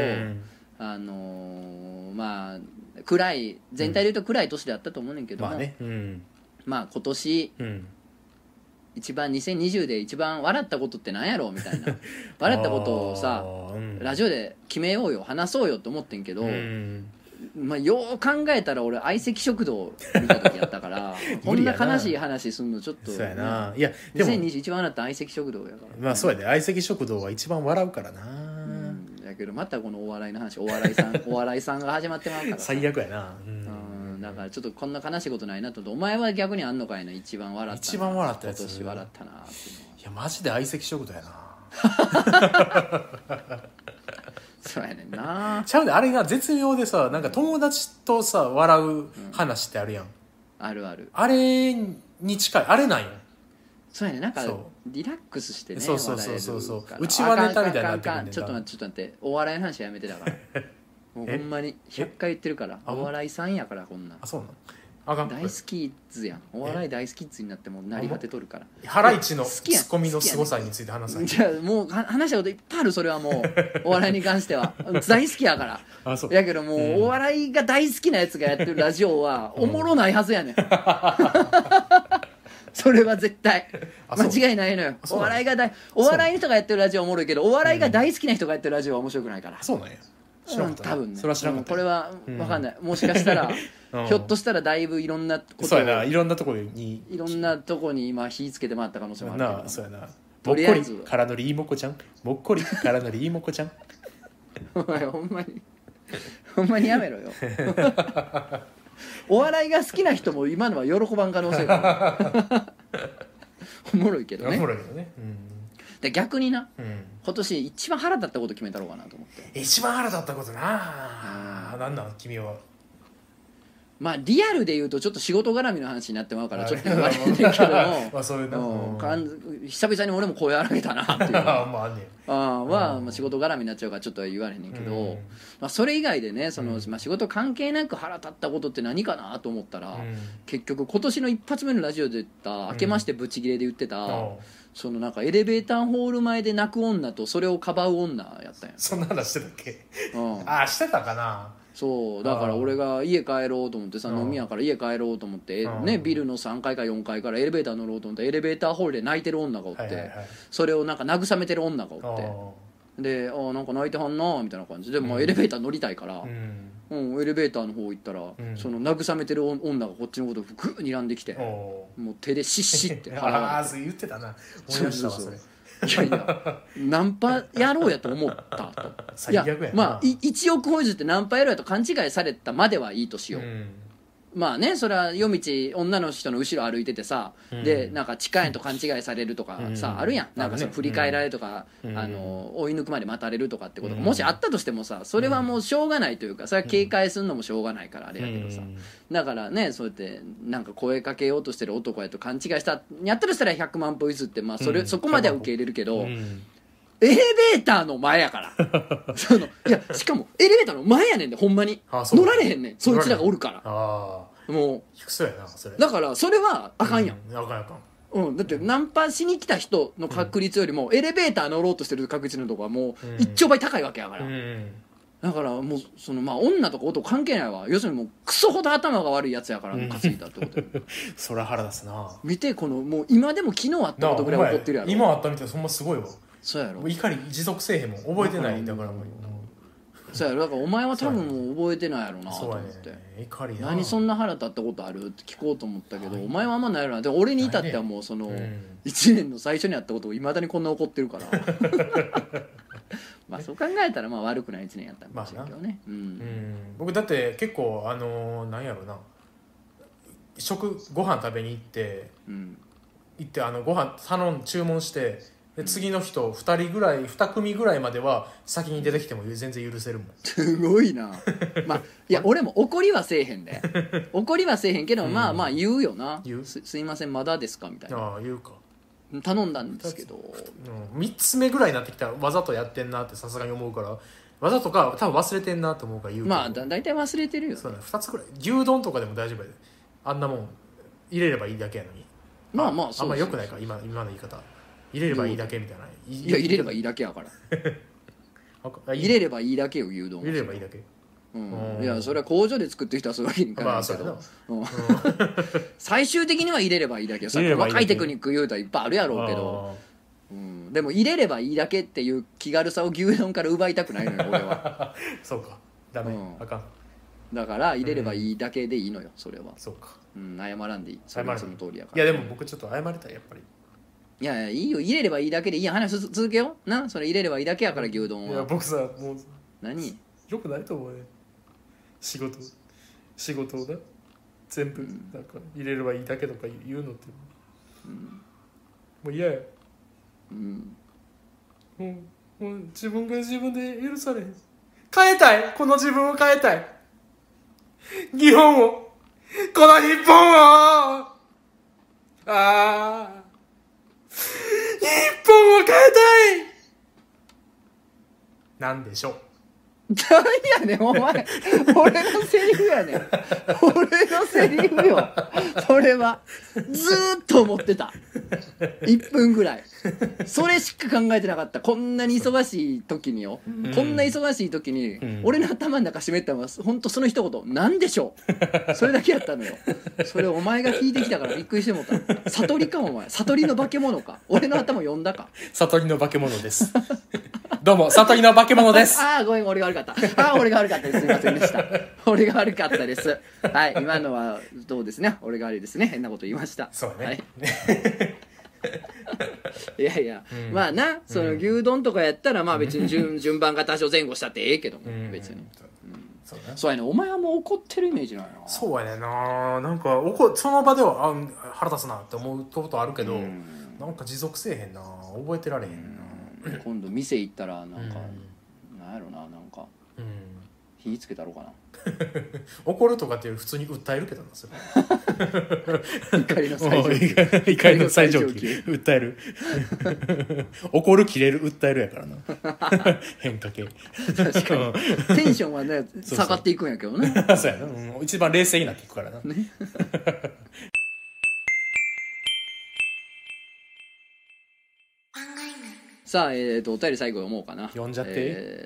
S1: まあ暗い全体で言うと暗い年であったと思うねんけども、まあ今年一番2020で一番笑ったことって何やろうみたいな笑ったことをさ、ラジオで決めようよ話そうよと思ってんけど、まあよう考えたら俺相席食堂見た時やったからこんな悲しい話すんのちょっと、
S3: そうやな。いやでも
S1: 2020一番笑った相席食堂やから、
S3: まあそうやで。相席食堂は一番笑うからな。
S1: だけどまたこのお笑いの話お笑いさんが始まってまうから
S3: 最悪やな。
S1: だからちょっとこんな悲しいことないなと思って、お前は逆にあんのかいな一番笑ったな、
S3: 一番笑ったやつ。
S1: 今年笑ったなっていうのは。
S3: いやマジで相席食堂やな。
S1: そうやねんな。
S3: ちゃうで、あれが絶妙でさ、なんか友達とさ笑う話ってあるやん、
S1: あるある。
S3: あれに近い。あれなんや。
S1: そうやね、なんかリラックスしてね。
S3: そううちはネタみたいになってくるねんな。
S1: ちょっと待ってお笑いの話やめて。だからもうほんまに100回言ってるから、お笑いさんやからこんなん。
S3: あ、そうなの。あかん。
S1: 大好きッズやん。お笑い大好きッズになってもう成り果てとるから。
S3: ハライチのツッコミの凄さについて話す。
S1: じゃあもう話したこといっぱいある。それはもうお笑いに関しては大好きやから。
S3: あ、そう。
S1: やけどもう、お笑いが大好きなやつがやってるラジオはおもろないはずやねん。それは絶対間違いないのよ。お笑いの人がやってるラジオはおもろいけど、お笑いが大好きな人がやってるラジオは面白くないから。
S3: そうなんや。
S1: 多分ね。
S3: それは知らんかった。
S1: これは分かんない。もしかしたらひょっとしたらだいぶいろんなことを、
S3: そうやな、いろんなとこに
S1: 今火つけて回った可能性もあるけど。
S3: そうやな。
S1: とりあえず
S3: もっこりからのりいもこちゃん、もっこりからのりいもこちゃん。
S1: お前ほんまにやめろよ。お笑いが好きな人も今のは喜ばん可能性がある。おもろいけどね。
S3: おもろいけどね。
S1: で逆にな、今年一番腹立ったこと決めたろうかなと思って。
S3: 一番腹立ったことな。なんなん君は。
S1: まあリアルで言うとちょっと仕事絡みの話になってまうからちょっと言われてんけども
S3: まあそういうの、
S1: 久々に俺も声荒げたなっていう
S3: ま
S1: あ仕事絡みになっちゃうからちょっとは言われへんねんけど、まあ、それ以外でねまあ、仕事関係なく腹立ったことって何かなと思ったら、結局今年の一発目のラジオで言った明けましてブチギレで言ってた、そのなんかエレベーターホール前で泣く女とそれをかばう女やったんや。
S3: そんな話してたっけ。してたかな。
S1: そうだから俺が家帰ろうと思ってさ、飲み屋から家帰ろうと思ってね、ビルの3階か4階からエレベーター乗ろうと思ってエレベーターホールで泣いてる女がおって、それをなんか慰めてる女がおって、でなんか泣いてはんなみたいな感じで、エレベーター乗りたいから、エレベーターの方行ったら、その慰めてる女がこっちのことをグーにらんできて、もう手でシッシッって
S3: 腹が言ってたな。思い出したわそれ。
S1: いやいやナンパやろうやと思ったと
S3: 最悪やな。
S1: まあ1億歩譲ってナンパやろうやと勘違いされたまではいいとしよう、まあねそれは夜道女の人の後ろ歩いててさ、でなんか近いと勘違いされるとかさ、あるやん、なんかその振り返られるとか、追い抜くまで待たれるとかってことがもしあったとしてもさ、それはもうしょうがないというか、それは警戒するのもしょうがないからあれやけどさ、だからねそうやってなんか声かけようとしてる男やと勘違いしたやったとしたら100万歩譲って、まあそこまでは受け入れるけど、エレベーターの前やからいやしかもエレベーターの前やねんで、ほんまに乗られへんねん、そいつらがおるから。もう
S3: そうやなそれ
S1: だからそれはあかんやん、
S3: あかんあか
S1: ん、だってナンパしに来た人の確率よりもエレベーター乗ろうとしてる確率のとこはもう一兆倍高いわけやから、だからもうそのまあ女とか男関係ないわ、要するにもうクソほど頭が悪いやつやから担いだってこと
S3: そりゃ腹立つな。
S1: 見てこのもう今でも昨日あったことぐらい怒ってるやろ。
S3: 今あったみたいな、そんますごいわ。
S1: そうやろ、
S3: 怒り持続せえへんもん、覚えてないんだからもう
S1: そうやろ、だからお前は多分もう覚えてないやろなと思って、
S3: 怒りな、
S1: 何そんな腹立ったことあるって聞こうと思ったけど、お前はあんまないやろな。で俺に至ってはもうその1年の最初にあったことをいまだにこんな怒ってるからまあそう考えたらまあ悪くない1年やったんかもしれんけどね、
S3: 僕だって結構なんやろな、ご飯食べに行って、ご飯注文してで次の人2人ぐらい2組ぐらいまでは先に出てきても全然許せるもん。
S1: すごいなまあいや俺も怒りはせえへんで怒りはせえへんけど、まあまあ言うよな、すいませんまだですかみたいな、
S3: ああ言うか、
S1: 頼んだんですけど、
S3: 3つ目ぐらいになってきたらわざとやってんなってさすがに思うから、わざとか多分忘れてんなと思うから言うけど、
S1: まあ大体忘れてるよ、ね、
S3: そうだ2つぐらい牛丼とかでも大丈夫やで、あんなもん入れればいいだけやのに、
S1: まあまあ
S3: あんま良くないか今の言い方、入れればいいだけみたいな。
S1: いや入れればいいだけやから入れればいいだけよ牛丼
S3: 入れればいいだけ、
S1: いやそれは工場で作ってる人はそういうわけにいかないけど、最終的には入れればいいだけよ。細かいテクニック言うといっぱいあるやろうけど、でも入れればいいだけっていう気軽さを牛丼から奪いたくないのよ俺は
S3: そうかダメ、あかん、
S1: だから入れればいいだけでいいのよそれは。
S3: そうか、
S1: 謝らんでいい、それはその通りやか
S3: ら。いやでも僕ちょっと謝りたいやっぱり。
S1: いやいいよ入れればいいだけでいいや、話続けような、それ入れればいいだけやから牛丼は。
S3: いや僕さもう
S1: 何
S3: よくないと思うね、仕事をな全部なんか入れればいいだけとか言うのって、もう嫌や、もう自分が自分で許されへん、変えたい、この自分を変えたい、日本を、この日本を、日本を変えたいなんでしょう。
S1: 何やねんお前俺のセリフやねん俺のセリフよそれはずーっと思ってた1分ぐらいそれしか考えてなかった。こんなに忙しい時によ、こんな忙しい時に、俺の頭の中湿ったのは本当その一言なんでしょうそれだけやったのよ。それお前が聞いてきたからびっくりしてもうた。悟りかお前、悟りの化け物か、俺の頭読んだか。
S3: 悟りの化け物ですどうも悟りの化け物です
S1: ごめん俺が悪かった。俺が悪かったです。すいませんでした。俺が悪かったです。はい、今のはどうですね。俺が悪いですね。変なこと言いました。
S3: そうね。
S1: はい、いやいや、まあな、その牛丼とかやったらまあ別に順番が多少前後したってええけども、別に。そうやね。お前はもう怒ってるイメージないな。
S3: そうやねんな。なんかその場では腹立つなって思うことあるけど、なんか持続せえへんな。覚えてられへんな。
S1: 今度店行ったらなんか、なんやろな、なんか火つけたろうかな
S3: 怒るとかっていうより普通に訴えるけどなそれ
S1: 怒りの最上級
S3: 怒りの最上級訴える怒る切れる訴えるやからな変化系
S1: 確かにテンションはね下がっていくんやけどね
S3: そうやな、一番冷静になっていくからな、ね
S1: さあ、お便り最後読もうかな。
S3: 読んじゃって、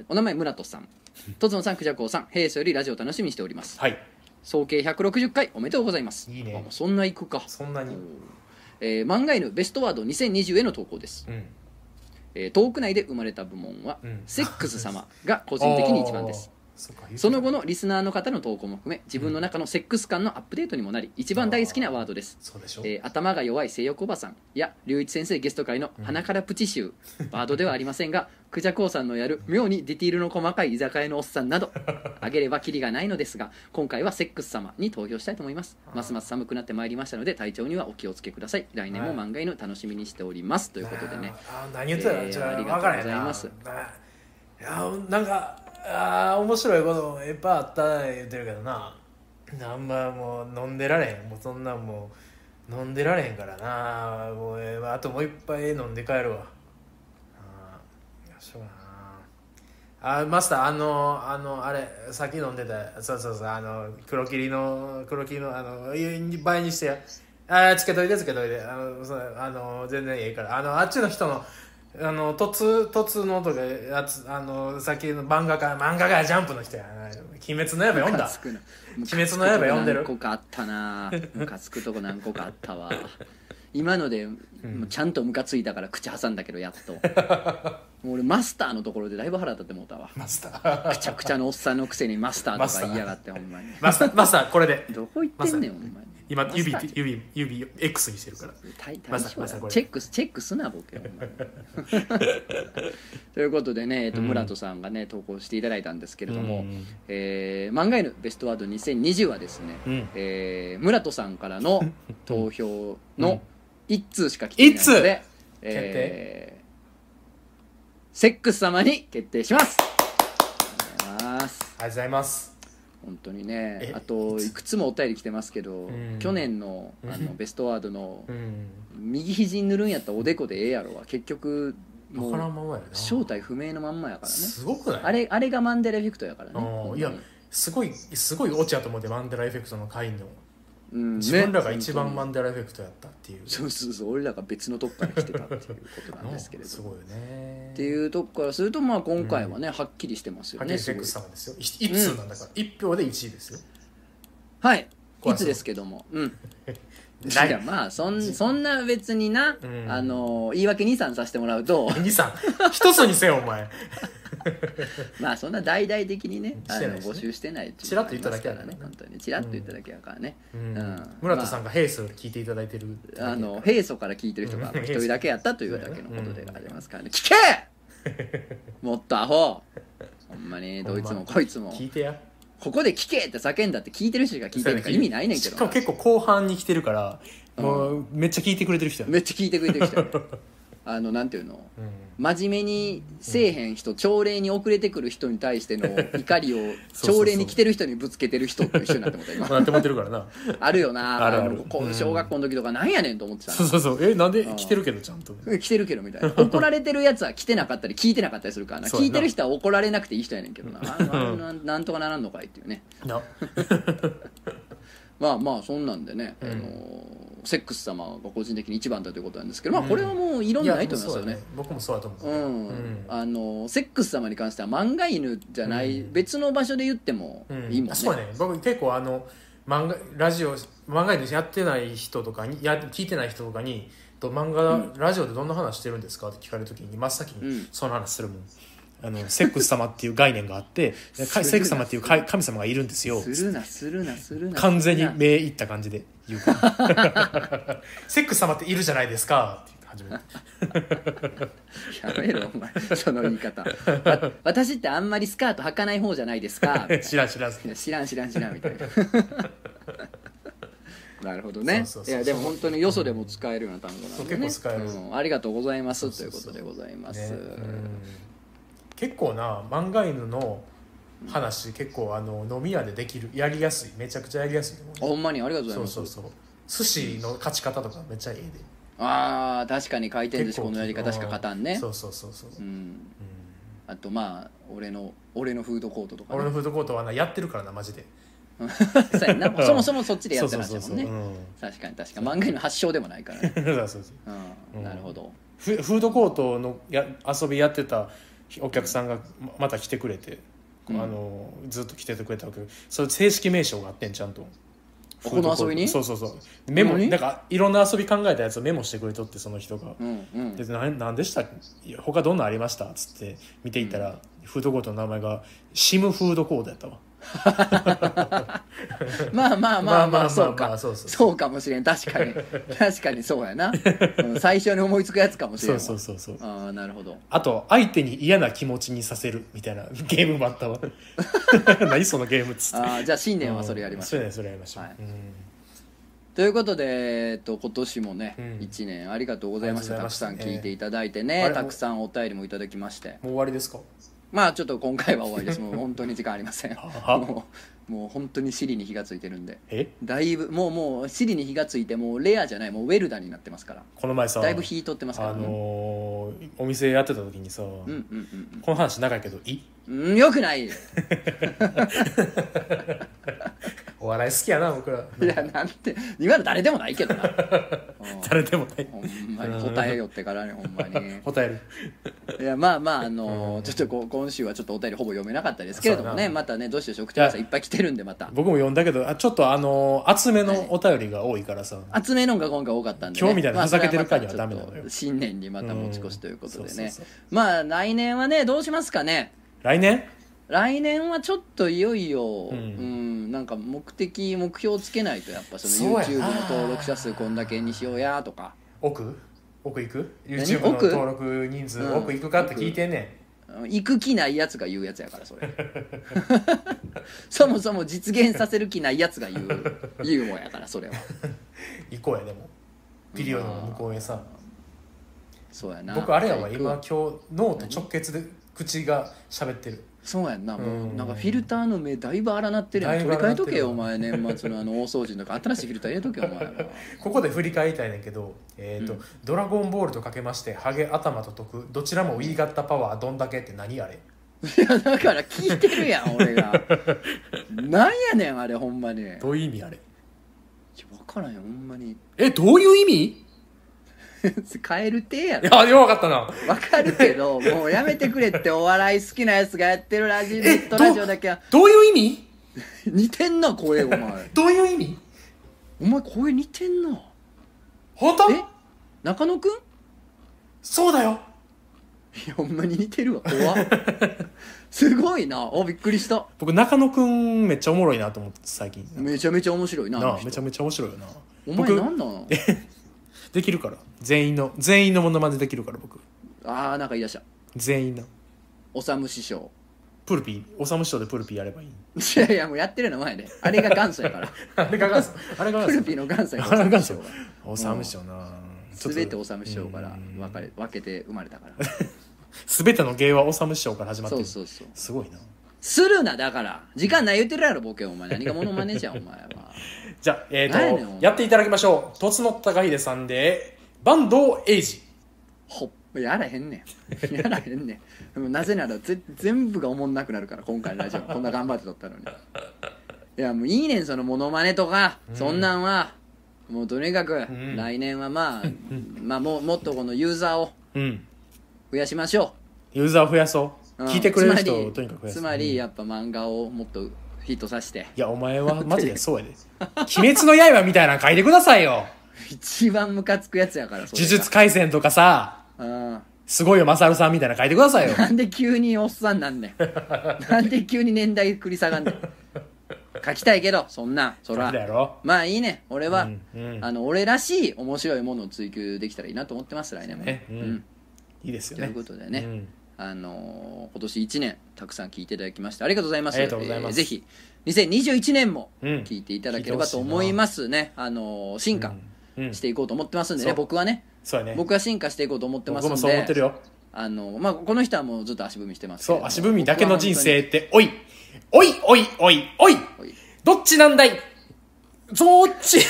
S1: お名前村戸さん、とつのさん、くじゃこうさん、平素よりラジオ楽しみにしております。
S3: はい。
S1: 総計160回おめでとうございます。
S3: いいね。
S1: そんな行くか。
S3: そんなに。
S1: 漫画犬ベストワード2020への投稿です。トーク内で生まれた部門は、セックス様が個人的に一番です。 その後のリスナーの方の投稿も含め自分の中のセックス感のアップデートにもなり一番大好きなワードです。
S3: そうでしょ、
S1: 頭が弱い性欲おばさんや龍一先生ゲスト会の鼻からプチ集、ワードではありませんがクジャコウさんのやる妙にディティールの細かい居酒屋のおっさんなどあげればキリがないのですが、今回はセックス様に投票したいと思います。ますます寒くなってまいりましたので体調にはお気をつけください。来年も漫画犬楽しみにしておりますということでね、
S3: 何言ってたら、じゃあ
S1: ありがとうございます。
S3: いやなんか面白いこといっぱいあった言ってるけどな、あんまもう飲んでられへん、もうそんなんもう飲んでられへんからな、もうあともう一杯飲んで帰るわ。しょうがな。マスターあれさっき飲んでた、そう黒霧の倍にしてや、つけといて全然いいから、あっちの人の突のとかやつ、さっきの漫画家ジャンプの人や、鬼滅の刃読んだ？鬼滅の刃読んでる？
S1: 何個かあったな、ムカつくとこ何個かあったわ。今のでもうちゃんとムカついたから口挟んだけどやっともう俺マスターのところでだいぶ腹立ってもうたわ。
S3: マスター
S1: くちゃくちゃのおっさんのくせにマスターとか言いやがってほんまに
S3: マスターこれで
S1: どこ行ってんねんほんまに。
S3: 今指 X にしてるから
S1: チェックすなボケほんまにということでね、村戸さんがね投稿していただいたんですけれども、漫画犬ベストワード2020はですね、村戸さんからの投票の1通しか来ていないので、セックス様に決定します。
S3: ありがとうございます。
S1: 本当にね、あといくつもお便り来てますけど、去年のベストワードの右肘に塗るんやったらおでこでええやろは結局もう正体不明のまんまやからね。
S3: すごくない？
S1: あれがマンデラエフェクトやからね。
S3: いやすごいオチやと思って、マンデラエフェクトの回の自分らが一番マンデラエフェクトやったっていう、
S1: そう俺らが別のとこから来てたっていうことなんですけれど
S3: すごいよね
S1: っていうとこからすると、まあ今回はね、はっきりしてますよね。
S3: はっきりセックス様ですよ。1通なんだから、1票で1位ですよ。
S1: はいいつですけどもいやまあそんな別にな、言い訳 2,3 させてもらうと
S3: 2,3 一つにせよお前
S1: まあそんな大々的にね募集してない
S3: チラッと言っただけやから
S1: ね、本当にチラッと言っただけやからね。
S3: 村田さんが平素聞いていただいてる、
S1: 平素から聞いてる人が一人だけやったというだけのことでありますからね。聞けもっとアホほんまにどいつもこいつも
S3: 聞いてや、
S1: ここで聞けって叫んだって聞いてる人が聞いてるから意味ないねんけど、
S3: しかも結構後半に来てるから、もうめっちゃ聞いてくれてる人や、
S1: めっちゃ聞いてくれてる人やなんていうの、真面目にせえへん人、朝礼に遅れてくる人に対しての怒りを朝礼に来てる人にぶつけてる人と一緒になって思った今
S3: なって思ってるからな
S1: あるよな、
S3: ある
S1: 小学校の時とかなんやねんと思ってた。
S3: そうなんで来てるけどちゃんと
S1: 来てるけどみたいな怒られてるやつは来てなかったり聞いてなかったりするからな。聞いてる人は怒られなくていい人やねんけどななんとかならんのかいっていうねまあそんなんでね、セックス様が個人的に一番だということなんですけど、まあこれはもう異論ないと思いますよね。
S3: 僕もそうだと思
S1: う。セックス様に関しては漫画犬じゃない、別の場所で言ってもいいもんね。
S3: そうね、僕結構漫画犬やってない人とかに聞いてない人とかに漫画、ラジオでどんな話してるんですかって聞かれるときに真っ先にその話するもん。セックス様っていう概念があってセックス様っていう神様がいるんですよ。
S1: するな
S3: 完全に目いった感じで言うからセックス様っているじゃないですかって始め
S1: やめろお前その言い方私ってあんまりスカート履かない方じゃないですか
S3: 知らんみたい
S1: ななるほどね。いやでも本当によそでも使えるような単語なんでね、
S3: 結構使える、
S1: ありがとうございますということでございます。
S3: 結構な漫画犬の話、結構飲み屋でできる、やりやすい、めちゃくちゃやりやすい。
S1: ほんまにありがとうございます。
S3: そう寿司の勝ち方とかめっちゃいいで。
S1: ああ確かに回転寿司このやり方しか勝たんね。
S3: そう
S1: あとまあ俺のフードコートとか、
S3: 俺のフードコートはやってるからなマジで
S1: そうやなそもそもそっちでやってらっしゃるもんね。確かに漫画の発祥でもないからねなるほど。
S3: フードコートの遊びやってたお客さんがまた来てくれて、ずっと来ててくれたわけど、それ正式名称があってんちゃんと。
S1: この遊びに
S3: そうメモなんかいろんな遊び考えたやつをメモしてくれとって、その人が、で何でしたっけ、他どんなありましたっつって見ていったら、フードコートの名前がシムフードコートやったわ。
S1: まあそうかもしれん。確かにそうやな。最初に思いつくやつかもしれん。
S3: そう
S1: ああなるほど。
S3: あと相手に嫌な気持ちにさせるみたいなゲームもあったわ。何そのゲームっつって。
S1: ああじゃあ新年はそれやりましょう。
S3: それやりましょう。
S1: ということで、今年もね、1年ありがとうございました。たくさん聞いていただいてね、たくさんお便りもいただきまして。
S3: もう終わりですか？
S1: まあちょっと今回は終わりです。もう本当に時間ありません。もう本当に尻に火がついてるんで、だいぶもう尻に火がついて、もうレアじゃない、もうウェルダンになってますから。
S3: この前さ、
S1: だいぶ火取ってますから、
S3: お店やってた時にさ、この話長いけどいい？
S1: よくない。
S3: お笑い好きやな僕ら。
S1: いやなんて今の誰でもないけどな。
S3: 誰でもない。
S1: ほんまに答えよってからね、ほんまに
S3: 答える。
S1: いやちょっと今週はちょっとお便りほぼ読めなかったですけれどもね、またねどしどし送ってください。いっぱい来てるんで、また
S3: 僕も読んだけど、ちょっと厚めのお便りが多いからさ、
S1: 厚めのが今回多かったんで、
S3: 今日みたいなふざけてる回にはダメなのよ。
S1: 新年にまた持ち越しということでね、まあ来年はねどうしますかね。
S3: 来年は
S1: ちょっといよいよ、なんか目標をつけないと、やっぱその YouTube の登録者数こんだけにしようやとか。
S3: 奥行く YouTube の登録人数奥行くかって聞いてんね
S1: ん。行く気ないやつが言うやつやから、それ。そもそも実現させる気ないやつが言うもんやから、それは。
S3: 行こうや。でもピリオドの向こうへさ。
S1: そうやな。
S3: 僕あれやわ、今脳と直結で口が喋ってる。
S1: そうやんな。もうなんかフィルターの目だいぶ荒なってるやん。取り替えとけよお前。年末の大掃除の中新しいフィルター入れとけよお前は。
S3: ここで振り返りたいねんけど、ドラゴンボールとかけましてハゲ頭と解くどちらもウィーガッタパワーどんだけって何あれ。
S1: いやだから聞いてるやん俺が。なんやねんあれ、ほんまに。
S3: どういう意味あれ。
S1: 分からんよほんまに。
S3: どういう意味。
S1: 変えるてやろ。
S3: いや弱かったな。
S1: 分かるけどもうやめてくれって。お笑い好きなやつがやってるネットラジオだけは。
S3: どういう意味。
S1: 似てんな声お前。
S3: どういう意味。
S1: お前声似てんな。
S3: 本当？
S1: 中野くん。
S3: そうだよ。
S1: いやほんまに似てるわ。怖っ。すごいな。びっくりした。
S3: 僕中野くんめっちゃおもろいなと思って最近。
S1: めちゃめちゃ面白いな。
S3: めちゃめちゃ面白いよな。
S1: お前なんなの。
S3: できるから全員のモノマネできるから僕。
S1: なんか言い出した。
S3: 全員の
S1: おさむ師匠
S3: プルピー、おさむ師匠でプルピーやればいい。
S1: いやもうやってるの前で。あれが元祖やから。
S3: あれが元祖。
S1: プルピーの元祖や
S3: から。元祖。おさむ師匠な。
S1: 全ておさむ師匠から分けて生まれたから。
S3: 全ての芸はおさむ師匠から始まってる。
S1: そう
S3: すごいな。
S1: するな。だから時間ない言ってるやろボケ。お前何がモノマネじゃんお前は。
S3: じゃあやっていただきましょう。とつの高秀さんで坂東英二。
S1: やらへんねん。やらへんねん。なぜなら全部がおもんなくなるから。今回のラジオこんな頑張って撮ったのに。いやもういいねんそのモノマネとか、そんなんはもうとにかく来年はまあもっとこのユーザーを増やしましょ
S3: う。ユーザーを増やそう。聞いてくれる人をとにかく増やす。
S1: つまりやっぱ漫画をもっとヒットさせて。
S3: いやお前はマジでそうやで。鬼滅の刃みたいなの書いてくださいよ。
S1: 一番ムカつくやつやから。
S3: 呪術廻戦とかさ、すごいよマサルさんみたいなの書いてくださいよ。
S1: なんで急におっさんなんねん。なんで急に年代繰り下がんねん。書きたいけどそんなそらまあいいね。俺は俺らしい面白いものを追求できたらいいなと思ってます。来年も
S3: いいですよね。
S1: ということでね、今年1年たくさん聞いていただきましてありがとうございます。ぜひ2021年も聞いていただければと思いますね。進化していこうと思ってますんでね。僕はね、僕は進化していこうと思ってますんで。僕もそう思ってるよ。この人はもうずっと足踏みしてますけど。そう、足踏みだけの人生っておいおいおいおいおいどっちなんだいどっち。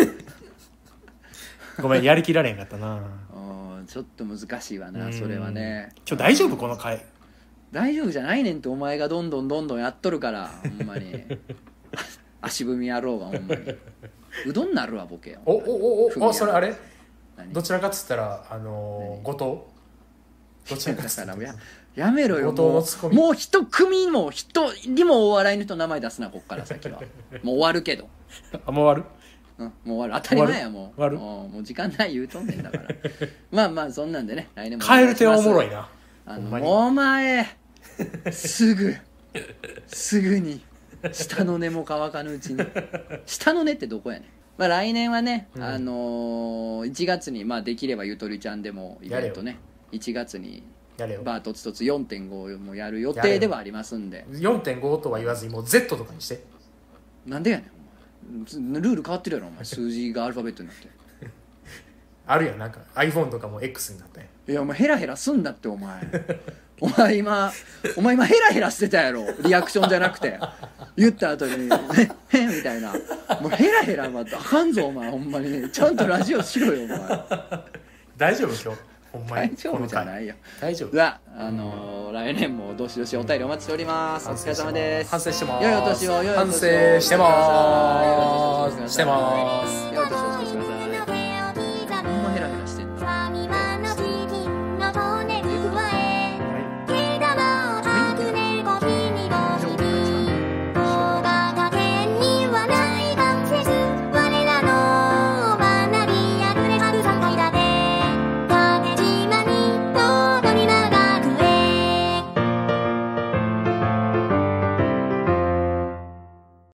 S1: ごめんやりきられんかったな。ちょっと難しいわなそれはね。今日大丈夫この回。大丈夫じゃないねんって。お前がどんどんやっとるからほんまに。足踏みやろうがほんまに。うどんなるわボケ。それあれどちらかっつったら後藤どちらかっつったらやめろよ。もう一組も一人もお笑いの人の名前出すな、こっから先は。もう終わるけど。
S3: あ、もう終わる？
S1: うん、もう終わる。当たり前や、もう。もう時間ない言うとんねんだから。まあまあ、そんなんでね、来年も。
S3: カエル手はおもろいな。
S1: お前、すぐに、下の根も乾かぬうちに。下の根ってどこやねん。まあ来年はね、1月に、まあできればゆとりちゃんでもイベントね、1月に、バーとつとつ 4.5 もやる予定ではありますんで。
S3: 4.5 とは言わずにもう Z とかにして。
S1: なんでやねん、ルール変わってるやろお前。数字がアルファベットになって
S3: あるやん、なんか iPhone とかも X になって。
S1: いやお前ヘラヘラすんだってお前お前今ヘラヘラしてたやろ、リアクションじゃなくて言った後に「へん」みたいな。もうヘラヘラはあかんぞお前、ほんまにちゃんとラジオしろよお前。
S3: 大丈夫今日ほんまに。
S1: 大丈夫じゃないよ。
S3: 大丈夫。
S1: 来年もどしどしお便りお待ちしております。お疲れ様です。
S3: 反省してます。
S1: 良いお年を。
S3: 反省してます。
S1: 良いお年をお過ごしください。